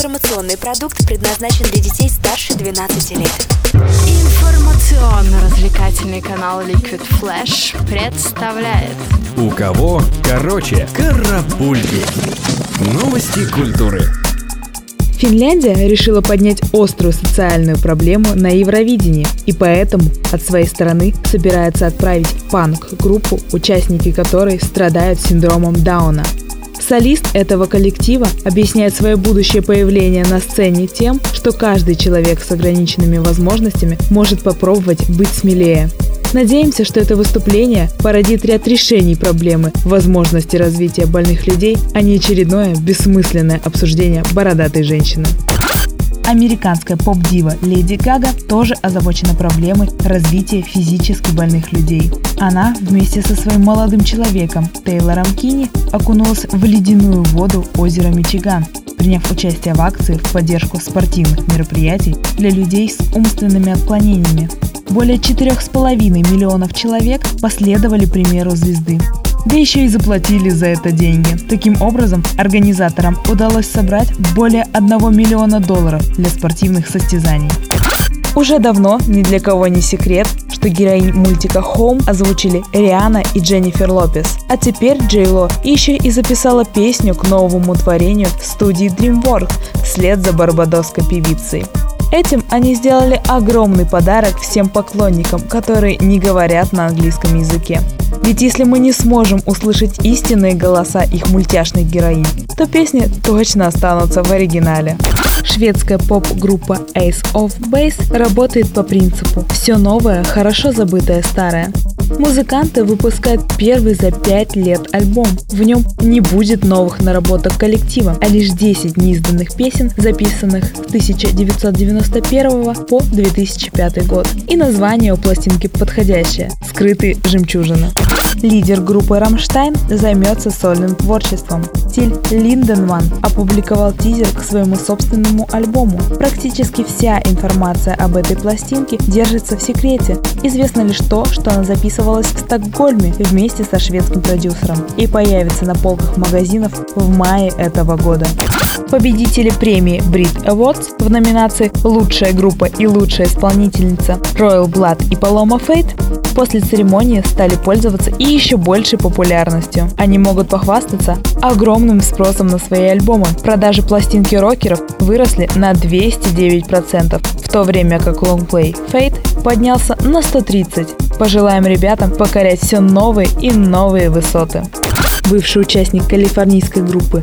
Информационный продукт предназначен для детей старше 12 лет. Информационно-развлекательный канал Liquid Flash представляет. У кого короче карапульки. Новости культуры. Финляндия решила поднять острую социальную проблему на Евровидении и поэтому от своей стороны собирается отправить панк-группу, участники которой страдают синдромом Дауна. Солист этого коллектива объясняет свое будущее появление на сцене тем, что каждый человек с ограниченными возможностями может попробовать быть смелее. Надеемся, что это выступление породит ряд решений проблемы возможности развития больных людей, а не очередное бессмысленное обсуждение бородатой женщины. Американская поп-дива Леди Гага тоже озабочена проблемой развития физически больных людей. Она вместе со своим молодым человеком Тейлором Кинни окунулась в ледяную воду озера Мичиган, приняв участие в акции в поддержку спортивных мероприятий для людей с умственными отклонениями. Более 4,5 миллионов человек последовали примеру звезды. Да еще и заплатили за это деньги. Таким образом, организаторам удалось собрать более $1 миллиона для спортивных состязаний. Уже давно ни для кого не секрет, что героинь мультика «Home» озвучили Риhanna и Дженнифер Лопес. А теперь Джей Ло еще и записала песню к новому творению в студии DreamWorks вслед за барбадосской певицей. Этим они сделали огромный подарок всем поклонникам, которые не говорят на английском языке. Ведь если мы не сможем услышать истинные голоса их мультяшных героинь, то песни точно останутся в оригинале. Шведская поп-группа Ace of Base работает по принципу «все новое, хорошо забытое старое». Музыканты выпускают первый за 5 лет альбом. В нем не будет новых наработок коллектива, а лишь 10 неизданных песен, записанных с 1991 по 2005 год. И название у пластинки подходящее – «Скрытые жемчужины». Лидер группы «Рамштайн» займется сольным творчеством. Тиль Линдеманн опубликовал тизер к своему собственному альбому. Практически вся информация об этой пластинке держится в секрете. Известно лишь то, что она записывалась в Стокгольме вместе со шведским продюсером и появится на полках магазинов в мае этого года. Победители премии Brit Awards в номинации «Лучшая группа и лучшая исполнительница» Royal Blood и Paloma Faith после церемонии стали пользоваться и еще большей популярностью. Они могут похвастаться огромным спросом на свои альбомы. Продажи пластинки рокеров выросли на 209%, в то время как лонгплей Fate поднялся на 130%. Пожелаем ребятам покорять все новые и новые высоты. Бывший участник калифорнийской группы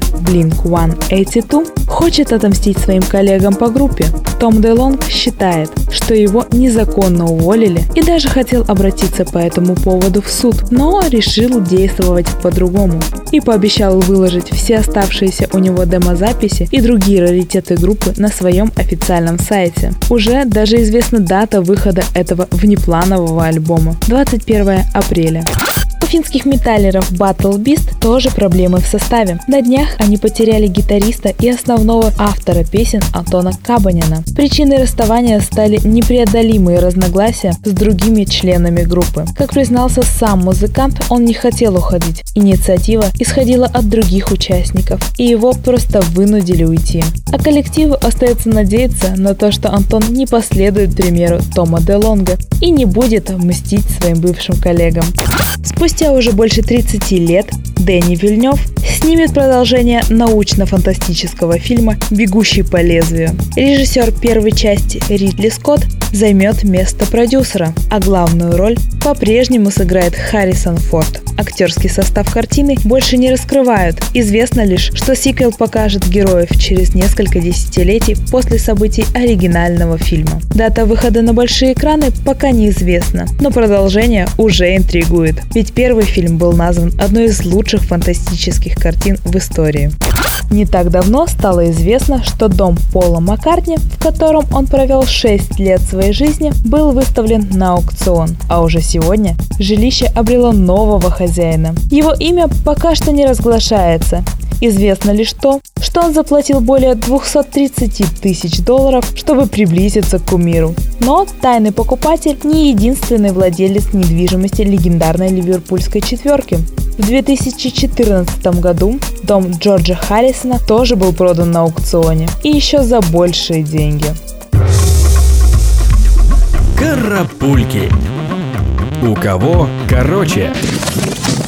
Blink-182 хочет отомстить своим коллегам по группе. Том DeLonge считает, что его незаконно уволили и даже хотел обратиться по этому поводу в суд, но решил действовать по-другому и пообещал выложить все оставшиеся у него демозаписи и другие раритеты группы на своем официальном сайте. Уже даже известна дата выхода этого внепланового альбома – 21 апреля. У финских металлеров Battle Beast тоже проблемы в составе. На днях они потеряли гитариста и основного автора песен Антона Кабанина. Причиной расставания стали непреодолимые разногласия с другими членами группы. Как признался сам музыкант, он не хотел уходить. Инициатива исходила от других участников, и его просто вынудили уйти. А коллективу остается надеяться на то, что Антон не последует примеру Тома DeLonge и не будет мстить своим бывшим коллегам. Спустя уже больше 30 лет Дэнни Вильнёв снимет продолжение научно-фантастического фильма «Бегущий по лезвию». Режиссер первой части Ридли Скотт займет место продюсера, а главную роль по-прежнему сыграет Харрисон Форд. Актерский состав картины больше не раскрывают. Известно лишь, что сиквел покажет героев через несколько десятилетий после событий оригинального фильма. Дата выхода на большие экраны пока неизвестна, но продолжение уже интригует, ведь первый фильм был назван одной из лучших фантастических картин в истории. Не так давно стало известно, что дом Пола Маккартни, в котором он провел 6 лет своей жизни, был выставлен на аукцион, а уже сегодня жилище обрело нового хозяина. Его имя пока что не разглашается. Известно лишь то, что он заплатил более $230 тысяч, чтобы приблизиться к кумиру. Но тайный покупатель не единственный владелец недвижимости легендарной ливерпульской четверки. В 2014 году дом Джорджа Харрисона тоже был продан на аукционе, и еще за большие деньги. Карапульки. У кого короче?